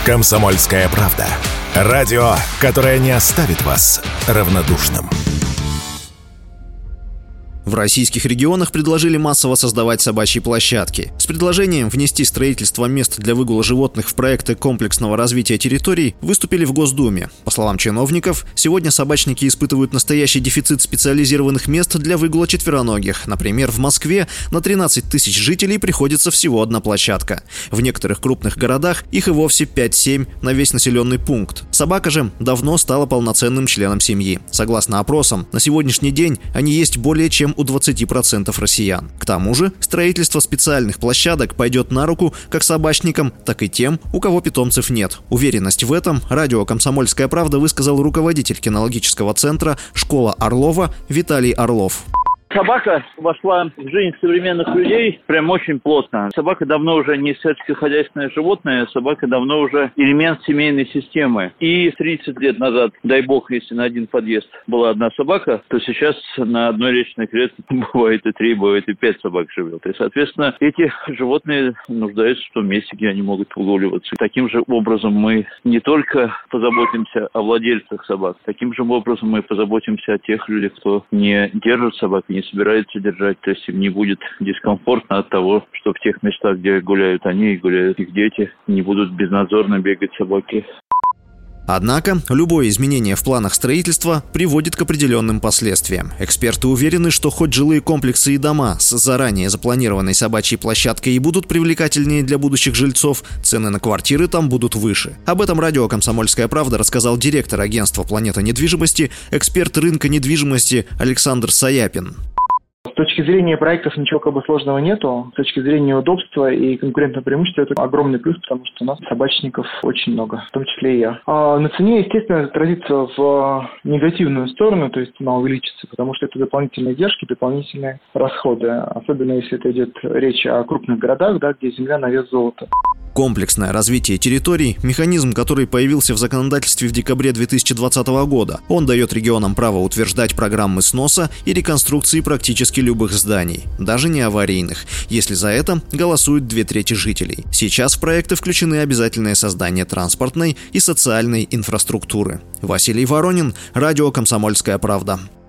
«Комсомольская правда». Радио, которое не оставит вас равнодушным. В российских регионах предложили массово создавать собачьи площадки. С предложением внести строительство мест для выгула животных в проекты комплексного развития территорий выступили в Госдуме. По словам чиновников, сегодня собачники испытывают настоящий дефицит специализированных мест для выгула четвероногих. Например, в Москве на 13 тысяч жителей приходится всего одна площадка. В некоторых крупных городах их и вовсе 5-7 на весь населенный пункт. Собака же давно стала полноценным членом семьи. Согласно опросам, на сегодняшний день они есть более чем у 20% россиян. К тому же, строительство специальных площадок пойдет на руку как собачникам, так и тем, у кого питомцев нет. Уверенность в этом радио «Комсомольская правда» высказал руководитель кинологического центра «Школа Орлова» Виталий Орлов. Собака вошла в жизнь современных людей прям очень плотно. Собака давно уже не сельскохозяйственное животное, собака давно уже элемент семейной системы. И 30 лет назад, дай бог, если на один подъезд была одна собака, то сейчас на одной речной клетке бывает и 3, бывает и 5 собак живет. И, соответственно, эти животные нуждаются в том месте, где они могут прогуливаться. Таким же образом мы не только позаботимся о владельцах собак, таким же образом мы позаботимся о тех людях, кто не держит собак, не собирается держать, то есть им не будет дискомфортно от того, что в тех местах, где гуляют они и гуляют их дети, не будут безнадзорно бегать собаки. Однако, любое изменение в планах строительства приводит к определенным последствиям. Эксперты уверены, что хоть жилые комплексы и дома с заранее запланированной собачьей площадкой и будут привлекательнее для будущих жильцов, цены на квартиры там будут выше. Об этом радио «Комсомольская правда» рассказал директор агентства «Планета недвижимости», эксперт рынка недвижимости Александр Саяпин. С точки зрения проектов ничего сложного нету. С точки зрения удобства и конкурентного преимущества это огромный плюс, потому что у нас собачников очень много, в том числе и я. А на цене, естественно, это отразится в негативную сторону, то есть она увеличится, потому что это дополнительные издержки, дополнительные расходы. Особенно если это идет речь о крупных городах, да, где земля на вес золота. Комплексное развитие территорий – механизм, который появился в законодательстве в декабре 2020 года. Он дает регионам право утверждать программы сноса и реконструкции практически любых зданий, даже не аварийных, если за это голосуют 2/3 жителей. Сейчас в проекты включены обязательное создание транспортной и социальной инфраструктуры. Василий Воронин, радио «Комсомольская правда».